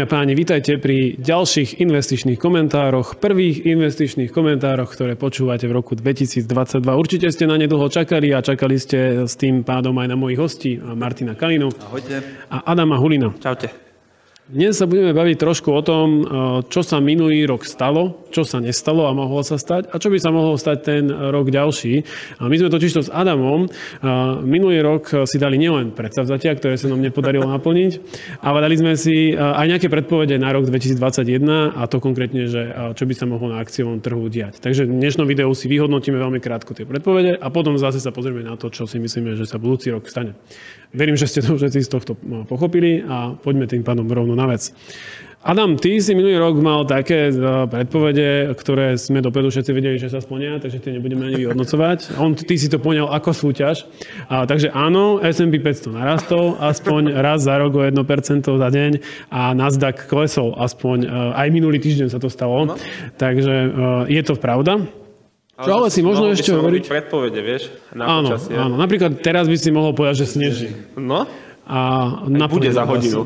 Dámy a páni, vítajte pri ďalších investičných komentároch, prvých investičných komentároch, ktoré počúvate v roku 2022. Určite ste na ne dlho čakali a čakali ste s tým pádom aj na mojich hostí, Martina Kalinu. Ahojte. A Adama Hulina. Čaute. Dnes sa budeme baviť trošku o tom, čo sa minulý rok stalo, čo sa nestalo a mohlo sa stať a čo by sa mohlo stať ten rok ďalší. My sme totižto s Adamom minulý rok si dali nielen predsavzatia, ktoré sa nám nepodarilo naplniť, ale dali sme si aj nejaké predpovede na rok 2021 a to konkrétne, že čo by sa mohlo na akciovom trhu diať. Takže v dnešnom videu si vyhodnotíme veľmi krátko tie predpovede a potom zase sa pozrieme na to, čo si myslíme, že sa budúci rok stane. Verím, že ste to všetci z tohto pochopili a poďme tým pádom rovno na vec. Adam, ty si minulý rok mal také predpovede, ktoré sme dopredu všetci vedeli, že sa splnia, takže tie nebudeme ani vyhodnocovať. Ty si to poňal ako súťaž. Takže áno, S&P 500 narastol aspoň raz za rok o 1% za deň a Nasdaq klesol aspoň aj minulý týždeň sa to stalo. No. Takže je to pravda. Čo ale si možno ešte hovoriť? Predpovede, vieš, na počasie. Áno, napríklad teraz by si mohol povedať, že sneží. No, bude za hodinu.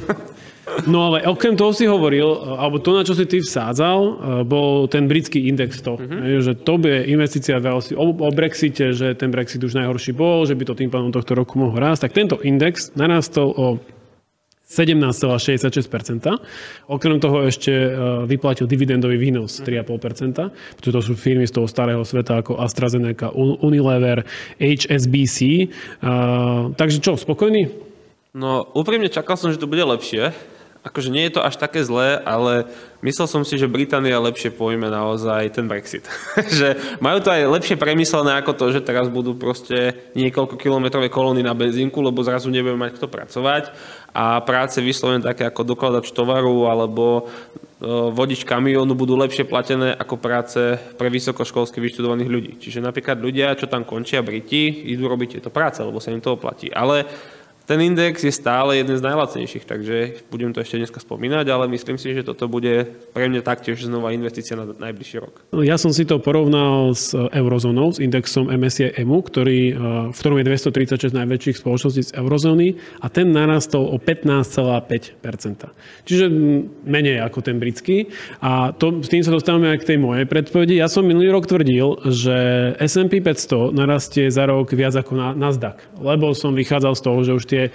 No ale okrem toho si hovoril, alebo to, na čo si ty vsádzal, bol ten britský index toho. Že to bude investícia o Brexite, že ten Brexit už najhorší bol, že by to tým pádom tohto roku mohol rásť. Tak tento index narastol o 17,66%. Okrem toho ešte vyplatil dividendový výnos 3,5%, pretože to sú firmy z toho starého sveta ako AstraZeneca, Unilever, HSBC. Takže čo, spokojný? No úprimne čakal som, že to bude lepšie. Akože nie je to až také zlé, ale myslel som si, že Británia lepšie pojme naozaj ten Brexit. Že majú to aj lepšie premyslené ako to, že teraz budú proste niekoľko kilometrové kolóny na benzínku, lebo zrazu nebudeme mať kto pracovať a práce vyslovené také ako dokladač tovaru alebo vodič kamiónu budú lepšie platené ako práce pre vysokoškolsky vyštudovaných ľudí. Čiže napríklad ľudia, čo tam končia Briti, idú robiť tieto práce, lebo sa im to oplatí. Ale ten index je stále jeden z najlacnejších, takže budem to ešte dneska spomínať, ale myslím si, že toto bude pre mňa taktiež znova investícia na najbližší rok. Ja som si to porovnal s eurozónou, s indexom MSCI EMU, v ktorom je 236 najväčších spoločností z eurozóny a ten narastol o 15,5%. Čiže menej ako ten britský. A s tým sa dostávame aj k tej mojej predpovedi. Ja som minulý rok tvrdil, že S&P 500 narastie za rok viac ako Nasdaq, lebo som vychádzal z toho, že už tie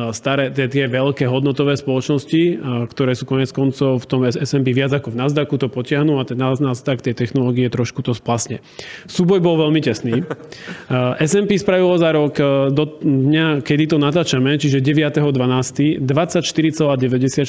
veľké hodnotové spoločnosti, ktoré sú koniec koncov v tom S&P viac ako v Nasdaqu, to potiahnu a ten Nasdaq tie technológie trošku to splasne. Súboj bol veľmi tesný. S&P spravilo za rok do dňa, kedy to natáčame, čiže 9.12. 24,94%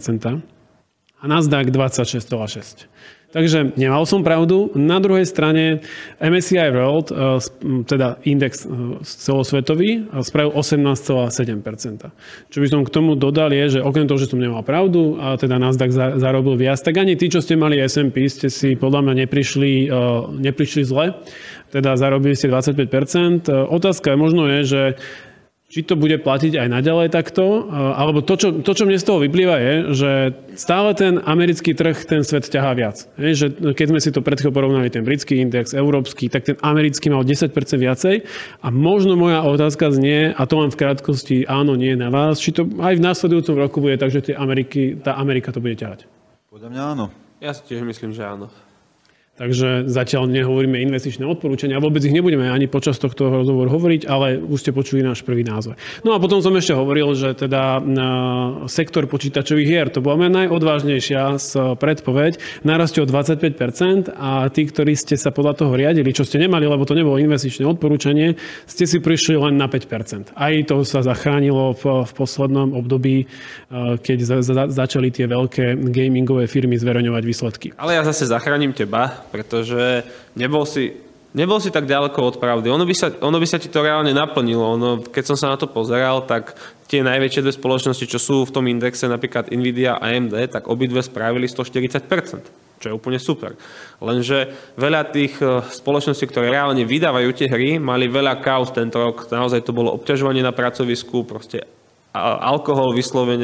a Nasdaq 26,6%. Takže nemal som pravdu. Na druhej strane MSCI World, teda index celosvetový, spravil 18,7%. Čo by som k tomu dodal je, že okrem toho, že som nemal pravdu a teda Nasdaq zarobil viac, tak ani tí, čo ste mali S&P, ste si podľa mňa neprišli zle. Teda zarobili ste 25%. Otázka možno je, že či to bude platiť aj naďalej takto, alebo to, čo mne z toho vyplýva je, že stále ten americký trh, ten svet ťahá viac. Že keď sme si to predchýl porovnali, ten britský index, európsky, tak ten americký mal 10% viacej a možno moja otázka znie, a to len v krátkosti áno, nie na vás, či to aj v následujúcom roku bude tak, že tá Amerika to bude ťahať. Podľa mňa áno. Ja si tiež myslím, že áno. Takže zatiaľ nehovoríme investičné odporúčania, vôbec ich nebudeme ani počas tohto rozhovoru hovoriť, ale už ste počuli náš prvý názor. No a potom som ešte hovoril, že teda sektor počítačových hier, to bola moja najodvážnejšia predpoveď, narastie o 25% a tí, ktorí ste sa podľa toho riadili, čo ste nemali, lebo to nebolo investičné odporúčanie, ste si prišli len na 5%. Aj to sa zachránilo v poslednom období, keď začali tie veľké gamingové firmy zverejňovať výsledky. Ale ja zase zachránim teba, pretože nebol si tak ďaleko od pravdy. Ono by sa ti to reálne naplnilo. Keď som sa na to pozeral, tak tie najväčšie dve spoločnosti, čo sú v tom indexe, napríklad Nvidia a AMD, tak obidve spravili 140%, čo je úplne super. Lenže veľa tých spoločností, ktoré reálne vydávajú tie hry, mali veľa kauz tento rok. Naozaj to bolo obťažovanie na pracovisku, proste alkohol vyslovene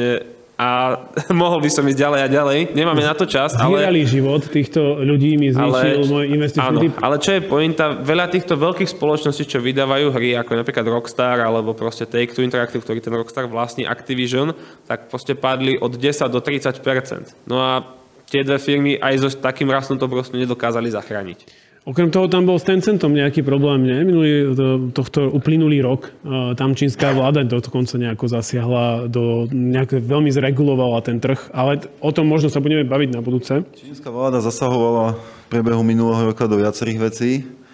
A mohol by som ísť ďalej a ďalej. Nemáme na to čas, ale... Zhýrali život týchto ľudí mi zničil môj investičný typ. Ale čo je pointa, veľa týchto veľkých spoločností, čo vydávajú hry, ako napríklad Rockstar, alebo proste Take-Two Interactive, ktorý ten Rockstar vlastní, Activision, tak proste padli od 10 do 30%. No a tie dve firmy aj so takým rastom to proste nedokázali zachrániť. Okrem toho tam bol s Tencentom nejaký problém, nie? Tohto uplynulý rok. Tam čínska vláda dokonca nejako zasiahla, nejak veľmi zregulovala ten trh, ale o tom možno sa budeme baviť na budúce. Čínska vláda zasahovala v priebehu minulého roka do viacerých vecí.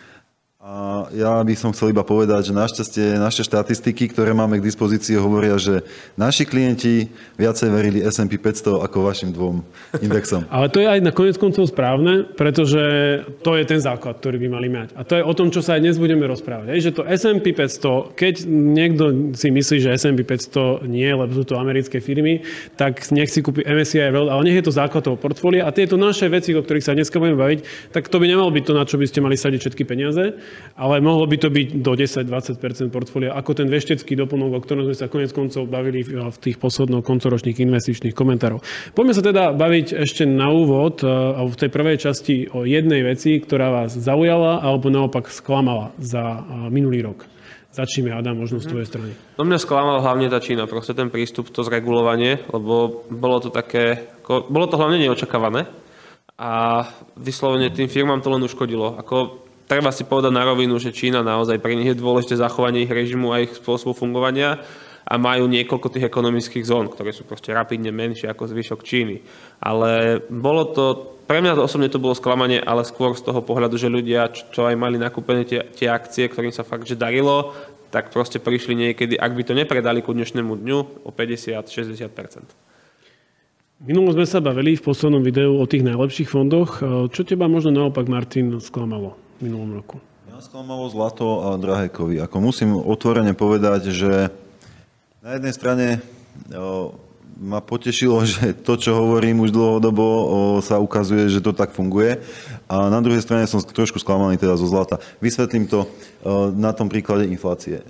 A ja by som chcel iba povedať, že našťastie naše štatistiky, ktoré máme k dispozícii, hovoria, že naši klienti viacej verili S&P 500 ako vašim dvom indexom. Ale to je aj na koniec koncov správne, pretože to je ten základ, ktorý by mali mať. A to je o tom, čo sa aj dnes budeme rozprávať. Že to S&P 500, keď niekto si myslí, že S&P 500 nie, lebo sú to americké firmy, tak nech si kúpi MSCI World, ale nech je to základ toho portfólia. A tieto naše veci, o ktorých sa dneska budeme baviť, tak to by nemalo byť to, na čo by ste mali sadiť všetky peniaze. Ale mohlo by to byť do 10-20% portfólia, ako ten veštecký doplnok, o ktorom sme sa konec koncov bavili v tých posledných koncoročných investičných komentárov. Poďme sa teda baviť ešte na úvod v tej prvej časti o jednej veci, ktorá vás zaujala alebo naopak sklamala za minulý rok. Začneme, Adam, možno z tvojej strany. No mňa sklamala hlavne tá Čína, proste ten prístup, to zregulovanie, lebo bolo to hlavne neočakávané a vyslovene tým firmám to len uškodilo. Treba si povedať na rovinu, že Čína naozaj pre nich je dôležité zachovanie ich režimu a ich spôsobu fungovania a majú niekoľko tých ekonomických zón, ktoré sú proste rapidne menšie ako zvyšok Číny. Ale pre mňa osobne to bolo sklamanie, ale skôr z toho pohľadu, že ľudia, čo aj mali nakúpené tie akcie, ktorým sa fakt, že darilo, tak proste prišli niekedy, ak by to nepredali ku dnešnému dňu, o 50-60%. Minulo sme sa bavili v poslednom videu o tých najlepších fondoch. Čo teba možno naopak, Martin, sklamalo v minulom roku? Mňa sklamalo zlato a drahé kovy. Musím otvorene povedať, že na jednej strane ma potešilo, že to, čo hovorím už dlhodobo, sa ukazuje, že to tak funguje. A na druhej strane som trošku sklamaný teda zo zlata. Vysvetlím to na tom príklade inflácie.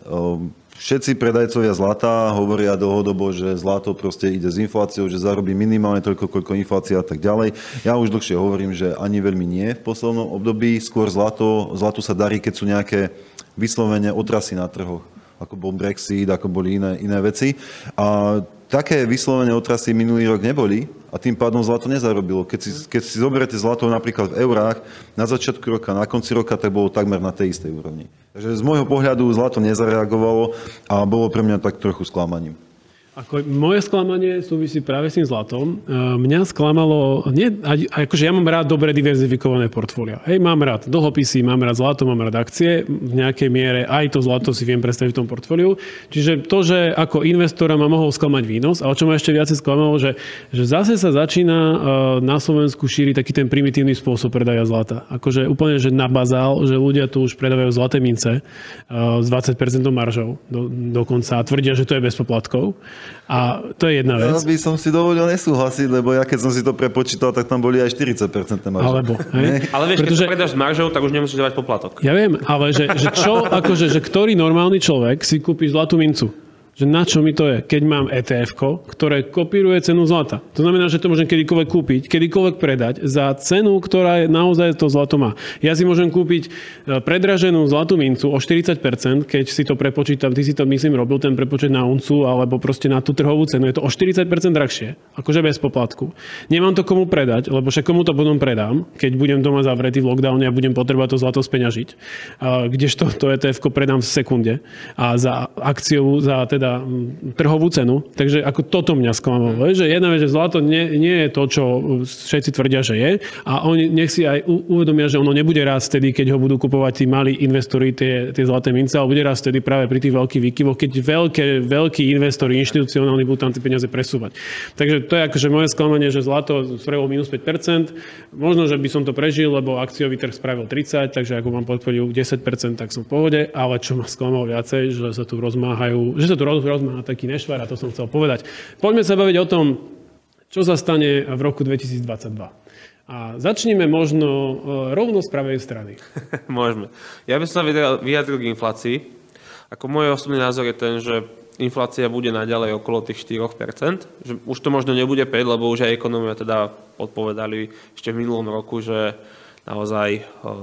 Všetci predajcovia zlata hovoria dlhodobo, že zlato proste ide s infláciou, že zarobí minimálne toľko, koľko inflácia a tak ďalej. Ja už dlhšie hovorím, že ani veľmi nie v poslednom období. Skôr zlatu sa darí, keď sú nejaké vyslovene otrasy na trhoch, ako bol Brexit, ako boli iné veci. A také vyslovené otrasy minulý rok neboli a tým pádom zlato nezarobilo. Keď si zoberete zlato napríklad v eurách, na začiatku roka, na konci roka, tak bolo takmer na tej istej úrovni. Takže z môjho pohľadu zlato nezareagovalo a bolo pre mňa tak trochu sklamaním. Moje sklamanie súvisí práve s tým zlatom. Mňa sklamalo, ja mám rád dobre diverzifikované portfólia. Mám rád dlhopisy, mám rád zlato, mám rád akcie. V nejakej miere aj to zlato si viem predstaviť v tom portfóliu. Čiže to, že ako investora ma mohol sklamať výnos, ale čo ma ešte viacej sklamalo, že zase sa začína na Slovensku šíriť taký ten primitívny spôsob predaja zlata. Úplne, že na bazál, že ľudia tu už predávajú zlaté mince s 20% maržou dokonca a tvrdia, že to je bez poplatkov. A to je jedna vec. Ja by som si dovolil nesúhlasiť, lebo ja keď som si to prepočítal, tak tam boli aj 40% maržo. Ale vieš, keď to predáš s maržou, tak už nemusíš dávať poplatok. Ja viem, ale že ktorý normálny človek si kúpi zlatú mincu? Že na čo mi to je, keď mám ETF-ko, ktoré kopíruje cenu zlata. To znamená, že to môžem kedykoľvek kúpiť, kedykoľvek predať za cenu, ktorá naozaj to zlato má. Ja si môžem kúpiť predraženú zlatú mincu o 40%, keď si to prepočítam, ty si to myslím robil ten prepočet na uncu alebo proste na tú trhovú cenu. Je to o 40% drahšie, akože bez poplatku. Nemám to komu predať, lebo však komu to potom predám, keď budem doma zavretý v lockdowne a budem potrebovať to zlato speňažiť. Kdežto to ETF-ko predám v sekunde a za akciu, za teda trhovú cenu. Takže ako toto mňa sklamalo. Že jedna vec, že zlato nie je to, čo všetci tvrdia, že je. A oni nech si aj uvedomia, že ono nebude rásť vtedy, keď ho budú kupovať tí malí investori, tie zlaté mince, ale bude rásť vtedy práve pri tých veľkých výkyvoch, keď veľkí investori, inštitucionálni budú tam tie peniaze presúvať. Takže to je akože moje sklamanie, že zlato spravilo minus 5%. Možno, že by som to prežil, lebo akciový trh spravil 30%, takže ako mám portfóliu 10%, tak som v pohode. Ale čo ma sklamalo viacej, že sa tu rozmáha taký nešvar a to som chcel povedať. Poďme sa baviť o tom, čo sa stane v roku 2022. A začneme možno rovno z pravej strany. Môžeme. Ja by som sa vyjadril k inflácii. Ako môj osobný názor je ten, že inflácia bude naďalej okolo tých 4%, že už to možno nebude 5, lebo už aj ekonómovia teda odpovedali ešte v minulom roku, že naozaj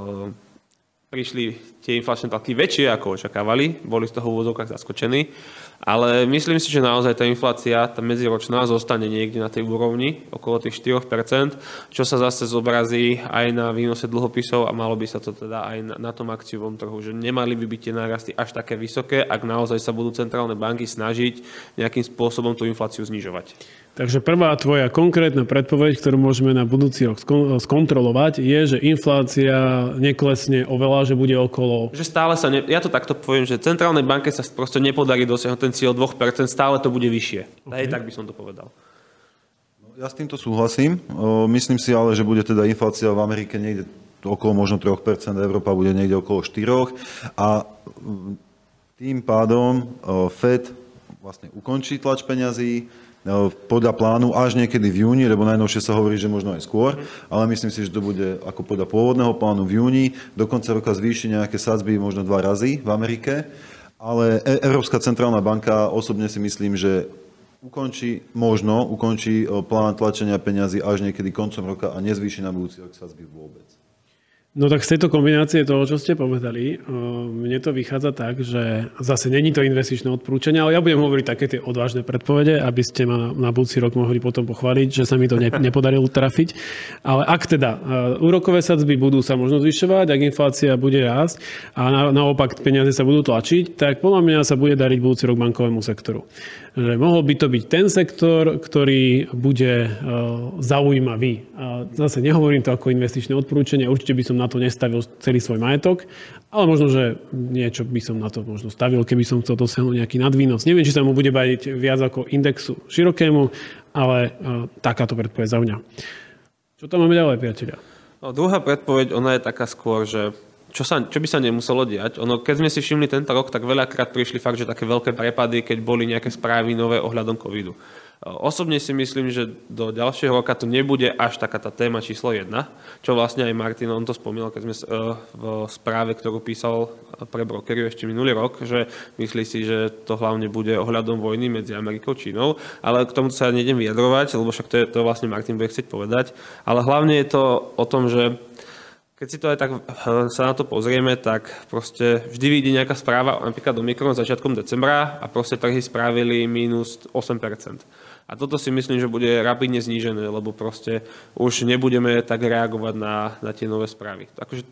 prišli tie inflačné tlaky väčšie, ako očakávali, boli z toho v úvodzovkách zaskočení, ale myslím si, že naozaj tá inflácia, tá medziročná, zostane niekde na tej úrovni, okolo tých 4%, čo sa zase zobrazí aj na výnose dlhopisov a malo by sa to teda aj na tom akciovom trhu, že nemali by byť tie nárasty až také vysoké, ak naozaj sa budú centrálne banky snažiť nejakým spôsobom tú infláciu znižovať. Takže prvá tvoja konkrétna predpoveď, ktorú môžeme na budúci rok skontrolovať, je, že inflácia neklesne oveľa, že bude okolo... Že stále sa... Ja to takto poviem, že centrálnej banke sa proste nepodarí dosiahnuť ten cieľ 2%, stále to bude vyššie. Okay. Tak by som to povedal. Ja s týmto súhlasím. Myslím si ale, že bude teda inflácia v Amerike niekde okolo možno 3%, Európa bude niekde okolo 4%. A tým pádom Fed vlastne ukončí tlač peňazí, podľa plánu až niekedy v júni, lebo najnovšie sa hovorí, že možno aj skôr, ale myslím si, že to bude ako podľa pôvodného plánu v júni. Do konca roka zvýši nejaké sadzby možno 2 razy v Amerike, ale Európska centrálna banka osobne si myslím, že ukončí plán tlačenia peňazí až niekedy koncom roka a nezvýši na budúci rok sadzby vôbec. No tak z tejto kombinácie toho, čo ste povedali, mne to vychádza tak, že zase není to investičné odporúčanie, ale ja budem hovoriť také tie odvážne predpovede, aby ste ma na budúci rok mohli potom pochváliť, že sa mi to nepodarilo trafiť. Ale ak teda úrokové sadzby budú sa možno zvyšovať, ak inflácia bude rásť a naopak peniaze sa budú tlačiť, tak podľa mňa sa bude dariť budúci rok bankovému sektoru. Že mohol by to byť ten sektor, ktorý bude zaujímavý. A zase nehovorím to ako investičné odporúčanie, určite by som na to nestavil celý svoj majetok, ale možno, že niečo by som na to možno stavil, keby som chcel dosiahnuť nejaký nadvýnos. Neviem, či sa mu bude baviť viac ako indexu širokému, ale takáto predpoveď za mňa. Čo tam máme ďalej, priatelia? No, druhá predpoveď, ona je taká skôr, že čo by sa nemuselo diať. Keď sme si všimli tento rok, tak veľakrát prišli fakt, že také veľké prepady, keď boli nejaké správy nové ohľadom covidu. Osobne si myslím, že do ďalšieho roka to nebude až taká tá téma číslo 1, čo vlastne aj Martin, on to spomínal, keď sme v správe, ktorú písal pre brokeriu ešte minulý rok, že myslí si, že to hlavne bude ohľadom vojny medzi Amerikou a Čínou, ale k tomu sa nejdem vyjadrovať, lebo však to vlastne Martin bude chcieť povedať, ale hlavne je to o tom, že keď si to aj tak sa na to pozrieme, tak proste vždy vyjde nejaká správa, napríklad Omikron začiatkom decembra a proste trhy spravili minus 8%. A toto si myslím, že bude rapidne znížené, lebo proste už nebudeme tak reagovať na tie nové správy. Takže,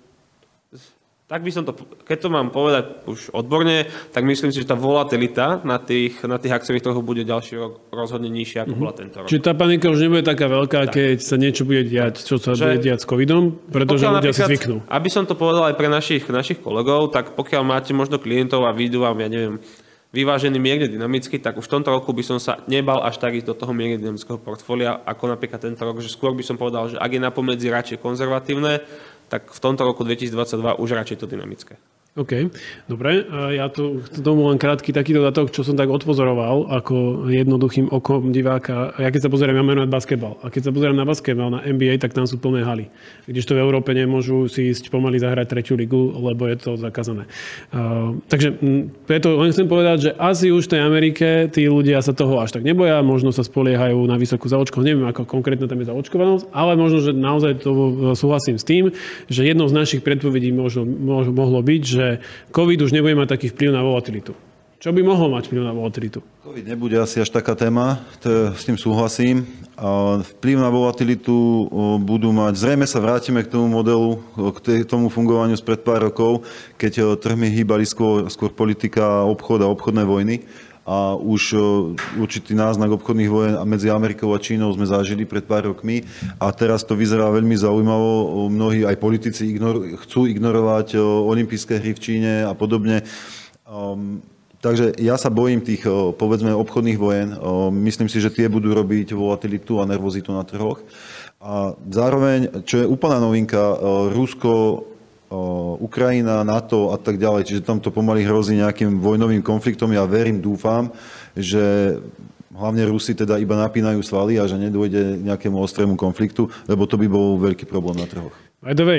tak by som to, keď to mám povedať už odborne, tak myslím si, že tá volatilita na tých akciových trhoch bude ďalší rok rozhodne nižšia, ako bola tento rok. Čiže tá panika už nebude taká veľká, keď sa niečo bude diať, čo sa bude diať s covidom, pretože ľudia si zvyknú. Aby som to povedal aj pre našich kolegov, tak pokiaľ máte možno klientov a výjdu vám, ja neviem, vyvážený mierne dynamicky, tak už v tomto roku by som sa nebal až tak ísť do toho mierne dynamického portfólia, ako napríklad tento rok, že skôr by som povedal, že ak je napomedzi radšej konzervatívne, tak v tomto roku 2022 už radšej to dynamické. OK, dobre. Ja tu tomu len krátky taký dodatok, čo som tak odpozoroval ako jednoduchým okom diváka. Ja keď sa pozerám, ja mám na basketbal. A keď sa pozerám na basketbal, na NBA, tak tam sú plné haly. Kdežto v Európe nemôžu si ísť pomaly zahrať tretiu ligu, lebo je to zakázané. Takže preto len chcem povedať, že asi už v tej Amerike tí ľudia sa toho až tak neboja, možno sa spoliehajú na vysokú zaočkovanosť. Neviem, ako konkrétne tam je zaočkovanosť, ale možno, že naozaj to súhlasím s tým, že jednou z našich predpovedí mohlo byť, že COVID už nebude mať taký vplyv na volatilitu. Čo by mohol mať vplyv na volatilitu? COVID nebude asi až taká téma, s tým súhlasím. Vplyv na volatilitu budú mať, zrejme sa vrátime k tomu modelu, k tomu fungovaniu spred pár rokov, keď trhmi hýbali skôr politika, obchod a obchodné vojny. A už určitý náznak obchodných vojen medzi Amerikou a Čínou sme zažili pred pár rokmi a teraz to vyzerá veľmi zaujímavo. Mnohí aj politici chcú ignorovať olympijské hry v Číne a podobne. Takže ja sa bojím tých, povedzme, obchodných vojen. Myslím si, že tie budú robiť volatilitu a nervozitu na trhoch. A zároveň, čo je úplná novinka, Rusko, Ukrajina, NATO a tak ďalej, čiže tam to pomaly hrozí nejakým vojnovým konfliktom. Ja dúfam, že hlavne Rusi teda iba napínajú svaly a že nedôjde nejakému ostrému konfliktu, lebo to by bol veľký problém na trhoch. By the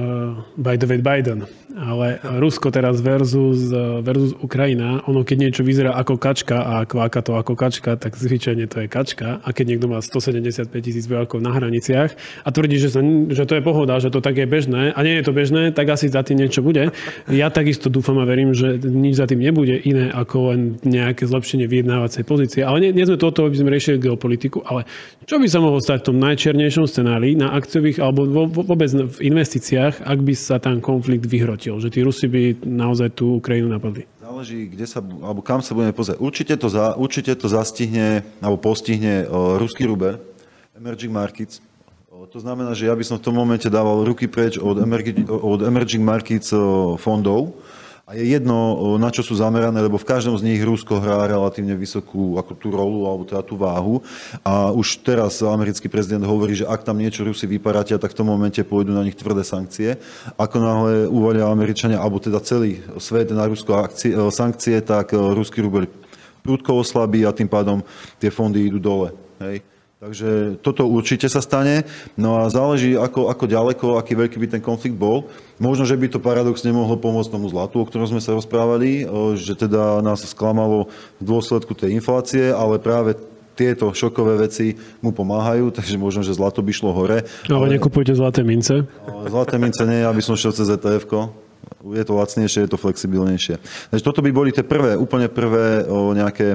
way, Biden. Ale Rusko teraz versus Ukrajina, ono keď niečo vyzerá ako kačka a kváka to ako kačka, tak zvyčajne to je kačka. A keď niekto má 175 000 vojakov na hraniciach a tvrdí, že to je pohoda, že to tak je bežné a nie je to bežné, tak asi za tým niečo bude. Ja takisto dúfam a verím, že nič za tým nebude iné ako len nejaké zlepšenie vyjednávacej pozície. Ale nie sme to, aby sme riešili geopolitiku, ale čo by sa mohlo stať v tom najčiernejšom scenári na akciových alebo vôbec v investíciách, ak by sa tam konflikt vyhrotil, že tí Rusi by naozaj tú Ukrajinu napadli? Záleží, alebo kam sa budeme pozrieť. Určite to zastihne alebo postihne ruský rubel, emerging markets. To znamená, že ja by som v tom momente dával ruky preč od emerging markets fondov. A je jedno, na čo sú zamerané, lebo v každom z nich Rusko hrá relatívne vysokú ako tú rolu, alebo teda tú váhu. A už teraz americký prezident hovorí, že ak tam niečo Rusi vyparatia, tak v tom momente pôjdu na nich tvrdé sankcie. Ako náhle uvalia Američania, alebo teda celý svet na Rusko sankcie, tak ruský rubel prudko oslabí a tým pádom tie fondy idú dole. Hej. Takže toto určite sa stane. No a záleží, ako ďaleko, aký veľký by ten konflikt bol. Možno, že by to paradoxne mohlo pomôcť tomu zlatu, o ktorom sme sa rozprávali, že teda nás sklamalo v dôsledku tej inflácie, ale práve tieto šokové veci mu pomáhajú, takže možno, že zlato by šlo hore. Ale nekupujte zlaté mince. Zlaté mince nie, aby som šiel cez ETF-ko. Je to lacnejšie, je to flexibilnejšie. Takže toto by boli tie úplne prvé nejaké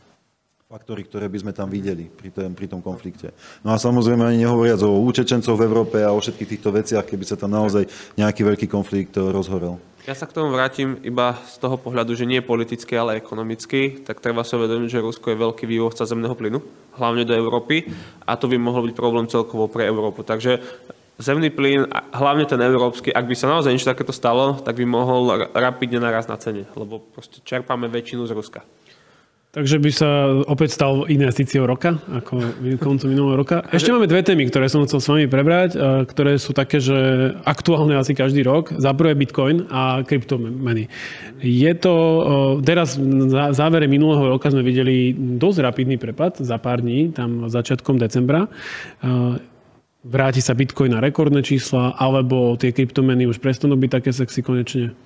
faktory, ktoré by sme tam videli pri tom konflikte. No a samozrejme ani nehovoriac o utečencoch v Európe a o všetkých týchto veciach, keby sa tam naozaj nejaký veľký konflikt rozhorel. Ja sa k tomu vrátim iba z toho pohľadu, že nie politicky, ale ekonomicky, tak treba sa uvedomiť, že Rusko je veľký vývozca zemného plynu, hlavne do Európy, a to by mohol byť problém celkovo pre Európu. Takže zemný plyn, hlavne ten európsky, ak by sa naozaj niečo takéto stalo, tak by mohol rapidne narazť na cene, lebo proste čerpáme väčšinu z Ruska. Takže by sa opäť stal investíciou roka, ako koncom minulého roka. Ešte máme dve témy, ktoré som chcel s vami prebrať, ktoré sú také, že aktuálne asi každý rok. Za prvé Bitcoin a kryptomeny. Je to, teraz v závere minulého roka sme videli dosť rapidný prepad za pár dní, tam začiatkom decembra. Vráti sa Bitcoin na rekordné čísla, alebo tie kryptomeny už prestanú byť také sexy konečne?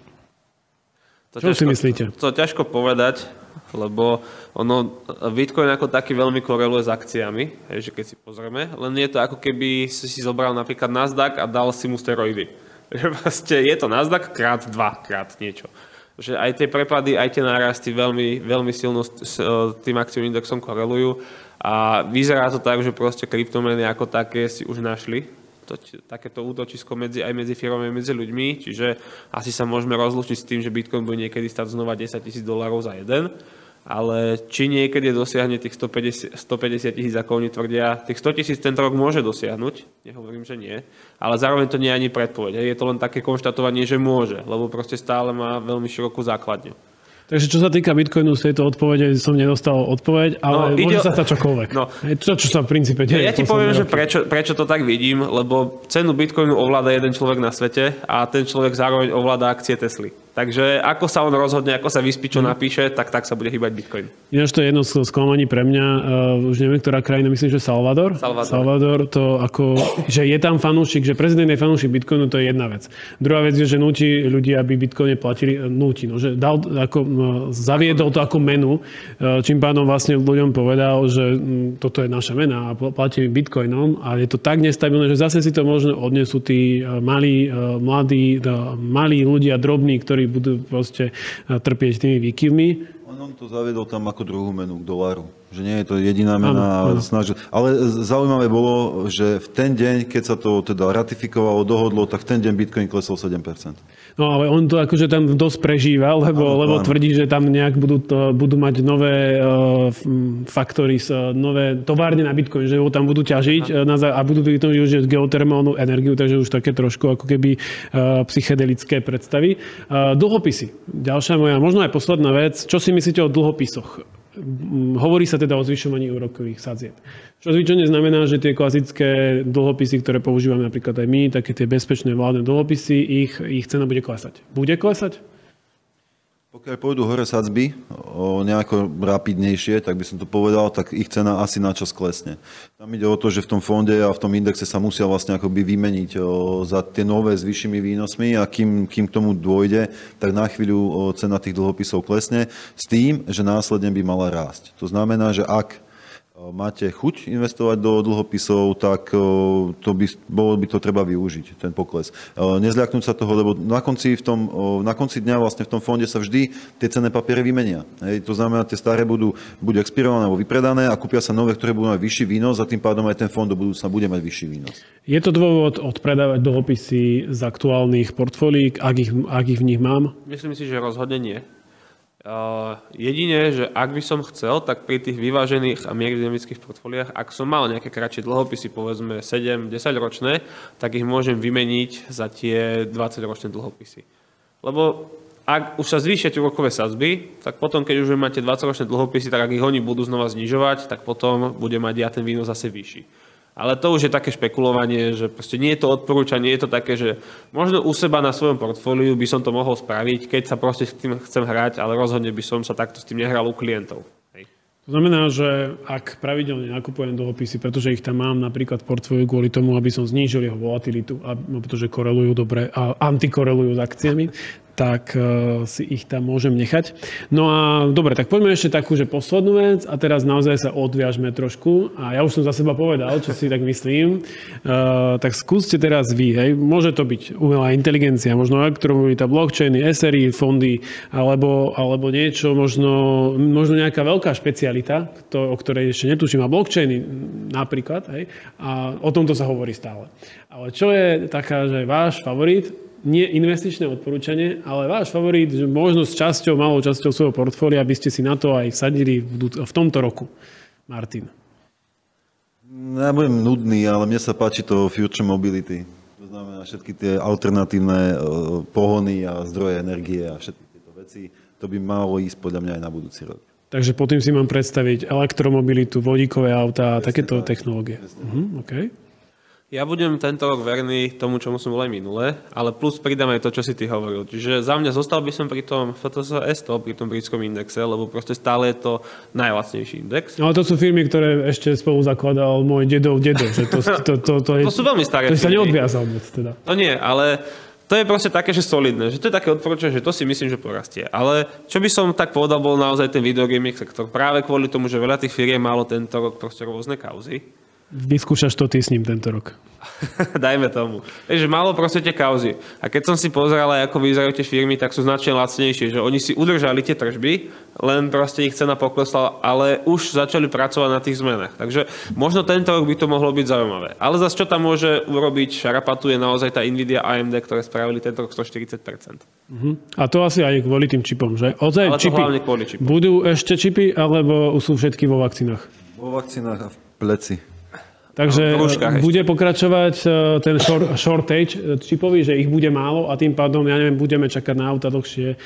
Čo si myslíte? To ťažko povedať, lebo Bitcoin ako taký veľmi koreluje s akciami, že keď si pozrieme, len je to ako keby si zobral napríklad Nasdaq a dal si mu steroidy. Že vlastne je to Nasdaq krát 2, krát niečo. Že aj tie prepady, aj tie nárasty veľmi, veľmi silno s tým akciovým indexom korelujú a vyzerá to tak, že proste kryptomeny ako také si už našli takéto útočisko aj medzi firmami, medzi ľuďmi, čiže asi sa môžeme rozlúčiť s tým, že Bitcoin bude niekedy stať znova $10,000 za jeden, ale či niekedy dosiahne tých 150 000, ako oni tvrdia, tých 100 000 tento rok môže dosiahnuť, nehovorím, že nie, ale zároveň to nie je ani predpoveď, je to len také konštatovanie, že môže, lebo proste stále má veľmi širokú základňu. Takže čo sa týka Bitcoinu, z tejto odpovede som nedostal odpoveď, ale môže sa stať čokoľvek. No, čo sa v princípe deje. Ja ti poviem, že prečo to tak vidím, lebo cenu Bitcoinu ovláda jeden človek na svete a ten človek zároveň ovláda akcie Tesly. Takže ako sa on rozhodne, ako sa vyspí, čo napíše, tak sa bude hýbať Bitcoin. Ináč to je jedno z sklamaní pre mňa. Už neviem, ktorá krajina, myslím, že Salvador, to ako, že je tam fanúšik, že prezident je fanúšik Bitcoinu, to je jedna vec. Druhá vec je, že núti ľudí, aby Bitcoine platili, že zaviedol to ako menu, čím pádom vlastne ľuďom povedal, že toto je naša mena a platí Bitcoinom a je to tak nestabilné, že zase si to možno odnesú tí malí ľudia, drobní, ktorí budú proste trpieť tými výkyvmi. On to zaviedol tam ako druhú menu k doláru. Že nie je to jediná mena. Ale zaujímavé bolo, že v ten deň, keď sa to teda ratifikovalo, dohodlo, tak v ten deň Bitcoin klesol 7%. No ale on to akože tam dosť prežíval, lebo tvrdí, že tam nejak budú mať nové faktory, nové továrne na Bitcoin, že ho tam budú ťažiť a budú využiť geotermálnu energiu, takže už také trošku ako keby psychedelické predstavy. Dlhopisy. Ďalšia moja, možno aj posledná vec. Čo si myslíte o dlhopisoch? Hovorí sa teda o zvyšovaní úrokových sadzieb. Čo zvyčajne znamená, že tie klasické dlhopisy, ktoré používame napríklad aj my, také tie bezpečné vládne dlhopisy, ich cena bude klesať. Bude klesať? Pokiaľ pôjdu hore sadzby nejako rapidnejšie, tak by som to povedal, tak ich cena asi na čas klesne. Tam ide o to, že v tom fonde a v tom indexe sa musia vlastne akoby vymeniť za tie nové s vyššími výnosmi a kým k tomu dôjde, tak na chvíľu cena tých dlhopisov klesne s tým, že následne by mala rásť. To znamená, že ak máte chuť investovať do dlhopisov, tak bolo by to treba využiť, ten pokles. Nezľaknúť sa toho, lebo na konci dňa vlastne v tom fonde sa vždy tie cenné papiere vymenia. Hej, to znamená, tie staré budú buď expirované alebo vypredané a kúpia sa nové, ktoré budú mať vyšší výnos a tým pádom aj ten fond do budúcna bude mať vyšší výnos. Je to dôvod odpredávať dlhopisy z aktuálnych portfólií, ak ich v nich mám? Myslím si, že rozhodne nie. Jedine, že ak by som chcel, tak pri tých vyvážených a miery dynamických portfóliách, ak som mal nejaké kratšie dlhopisy, povedzme 7-10 ročné, tak ich môžem vymeniť za tie 20 ročné dlhopisy. Lebo ak už sa zvýšia tie úrokové sadzby, tak potom, keď už máte 20 ročné dlhopisy, tak ak ich oni budú znova znižovať, tak potom bude mať ja ten výnos zase vyšší. Ale to už je také špekulovanie, že proste nie je to odporúčanie, je to také, že možno u seba na svojom portfóliu by som to mohol spraviť, keď sa proste s tým chcem hrať, ale rozhodne by som sa takto s tým nehral u klientov. Hej. To znamená, že ak pravidelne nakupujem dlhopisy, pretože ich tam mám napríklad v portfóliu kvôli tomu, aby som znížil jeho volatilitu, pretože korelujú dobre a antikorelujú s akciami, tak si ich tam môžem nechať. No a dobre, tak poďme ešte takú, že poslednú vec a teraz naozaj sa odviažme trošku a ja už som za seba povedal, čo si tak myslím, tak skúste teraz vy, hej, môže to byť umelá inteligencia, možno elektromobilita, blockchainy, SRI, fondy, alebo niečo, možno nejaká veľká špecialita, o ktorej ešte netuším, a blockchainy napríklad, hej, a o tomto sa hovorí stále. Ale čo je taká, že váš favorit, nie investičné odporúčanie, ale váš favorit, že možno s malou časťou svojho portfólia by ste si na to aj vsadili v tomto roku. Martin. Ja budem nudný, ale mne sa páči to future mobility. To znamená všetky tie alternatívne pohony a zdroje energie a všetky tieto veci. To by malo ísť podľa mňa aj na budúci rok. Takže potom si mám predstaviť elektromobilitu, vodíkové autá a takéto technológie. Okay. Ja budem tento rok verný tomu, čomu som bol aj minule, ale plus pridám aj to, čo si ty hovoril. Čiže za mňa zostal by som pri tom FTSE 100, pri tom britskom indexe, lebo proste stále je to najlacnejší index. Ale to sú firmy, ktoré ešte spolu zakladal môj dedov, že to sú veľmi staré firmy. To sa neodviazal moc teda. No nie, ale to je proste také, že solidné, že to je také odporúčanie, že to si myslím, že porastie. Ale čo by som tak povedal, bol naozaj ten videogaming sektor. Práve kvôli tomu, že veľa tých firiem malo tento rok proste rôzne kauzy. Vyskúšaš to ty s ním tento rok. Dajme tomu. Takže malo proste tie kauzy. A keď som si pozeral aj, ako vyzerajú tie firmy, tak sú značne lacnejšie, že oni si udržali tie tržby, len proste ich cena poklesla, ale už začali pracovať na tých zmenách. Takže možno tento rok by to mohlo byť zaujímavé. Ale zase čo tam môže urobiť šarapatu je naozaj tá Nvidia AMD, ktoré spravili tento rok 140%. A to asi aj kvôli tým čipom, že? Ale to hlavne kvôli čipom. Budú ešte čipy, alebo sú všetky vo vakcínach? Vo vakcínach a v pleci. Takže bude pokračovať ten shortage čipový, že ich bude málo a tým pádom, budeme čakať na auta dlhšie.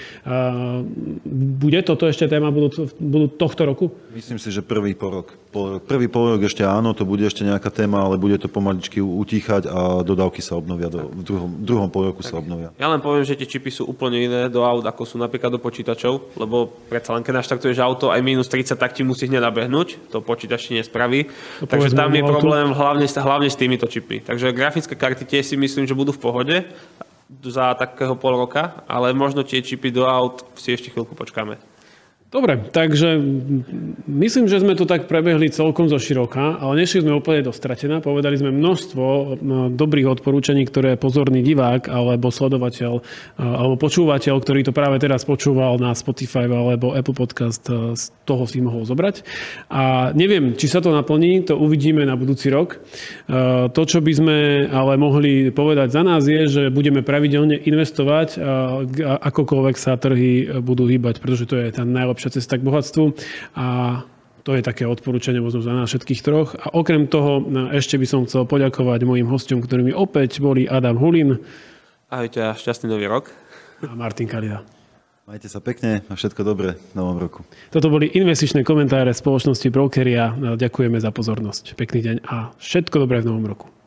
Bude toto ešte téma budú tohto roku? Myslím si, že prvý polrok ešte áno, to bude ešte nejaká téma, ale bude to pomaličky utíchať a dodávky sa obnovia, v druhom polroku sa obnovia. Ja len poviem, že tie čipy sú úplne iné do aut, ako sú napríklad do počítačov, lebo predsa len keď naštartuješ auto aj minus 30, tak ti musí hneď nabehnúť, to počítač ti nespraví. Takže tam je problém hlavne s týmito čipmi. Takže grafické karty tie si myslím, že budú v pohode za takého pol roka, ale možno tie čipy do aut si ešte chvíľku počkáme. Dobre, takže myslím, že sme to tak prebehli celkom zo široka, ale nešli sme úplne do stratená. Povedali sme množstvo dobrých odporúčaní, ktoré pozorný divák alebo sledovateľ alebo počúvateľ, ktorý to práve teraz počúval na Spotify alebo Apple Podcast, z toho si mohol zobrať. A neviem, či sa to naplní, to uvidíme na budúci rok. To, čo by sme ale mohli povedať za nás je, že budeme pravidelne investovať, akokoľvek sa trhy budú hýbať, pretože to je tá najlepšia cesta k bohatstvu a to je také odporúčanie možno za nás všetkých troch. A okrem toho ešte by som chcel poďakovať mojim hosťom, ktorými opäť boli Adam Hulin. Ahojte a šťastný nový rok. A Martin Kalida. Majte sa pekne a všetko dobré v novom roku. Toto boli investičné komentáre spoločnosti Brokeria. Ďakujeme za pozornosť. Pekný deň a všetko dobré v novom roku.